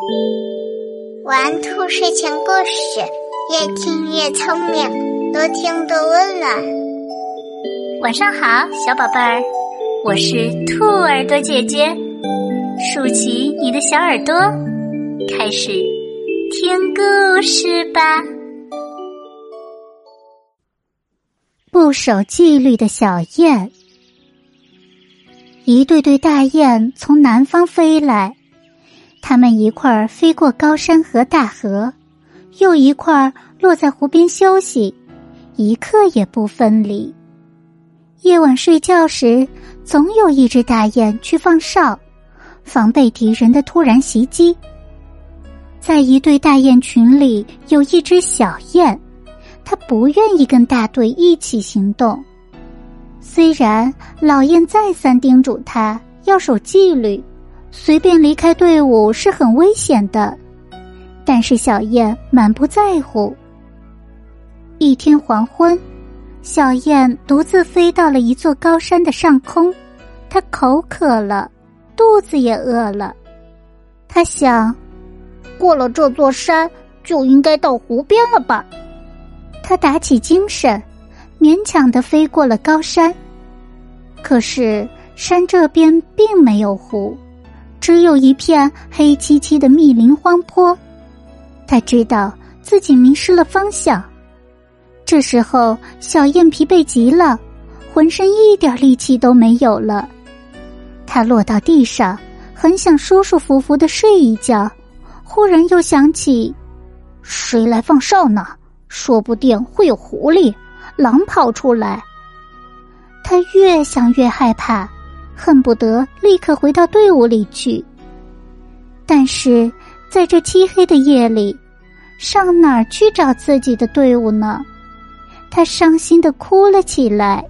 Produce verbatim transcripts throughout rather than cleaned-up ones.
玩兔睡前故事，越听越聪明，多听多温暖。 晚上好，小宝贝儿，我是兔耳朵姐姐，竖起你的小耳朵，开始听故事吧。不守纪律的小雁。一对对大雁从南方飞来，它们一块儿飞过高山和大河，又一块儿落在湖边休息，一刻也不分离。夜晚睡觉时，总有一只大雁去放哨，防备敌人的突然袭击。在一对大雁群里，有一只小雁，它不愿意跟大队一起行动。虽然老雁再三叮嘱它要守纪律，随便离开队伍是很危险的，但是小雁满不在乎。一天黄昏，小雁独自飞到了一座高山的上空，它口渴了，肚子也饿了。它想，过了这座山就应该到湖边了吧。它打起精神，勉强地飞过了高山。可是山这边并没有湖，只有一片黑漆漆的密林荒坡。他知道自己迷失了方向。这时候小雁疲惫极了，浑身一点力气都没有了。他落到地上，很想舒舒服服地睡一觉，忽然又想起，谁来放哨呢？说不定会有狐狸、狼跑出来。他越想越害怕，恨不得立刻回到队伍里去。但是在这漆黑的夜里，上哪儿去找自己的队伍呢？他伤心地哭了起来。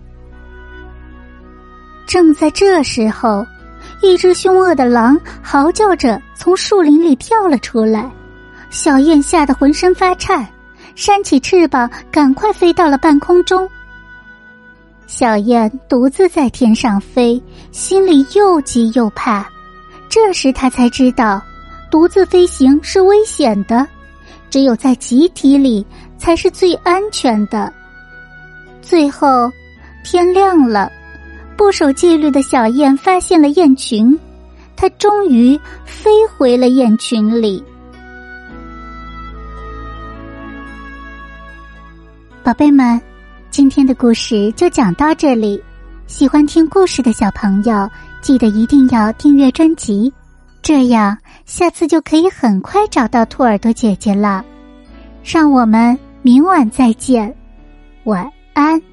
正在这时候，一只凶恶的狼嚎叫着从树林里跳了出来，小雁吓得浑身发颤，扇起翅膀赶快飞到了半空中。小雁独自在天上飞，心里又急又怕。这时他才知道，独自飞行是危险的，只有在集体里才是最安全的。最后天亮了，不守纪律的小雁发现了雁群，它终于飞回了雁群里。宝贝们，今天的故事就讲到这里。喜欢听故事的小朋友，记得一定要订阅专辑，这样下次就可以很快找到兔耳朵姐姐了。让我们明晚再见，晚安。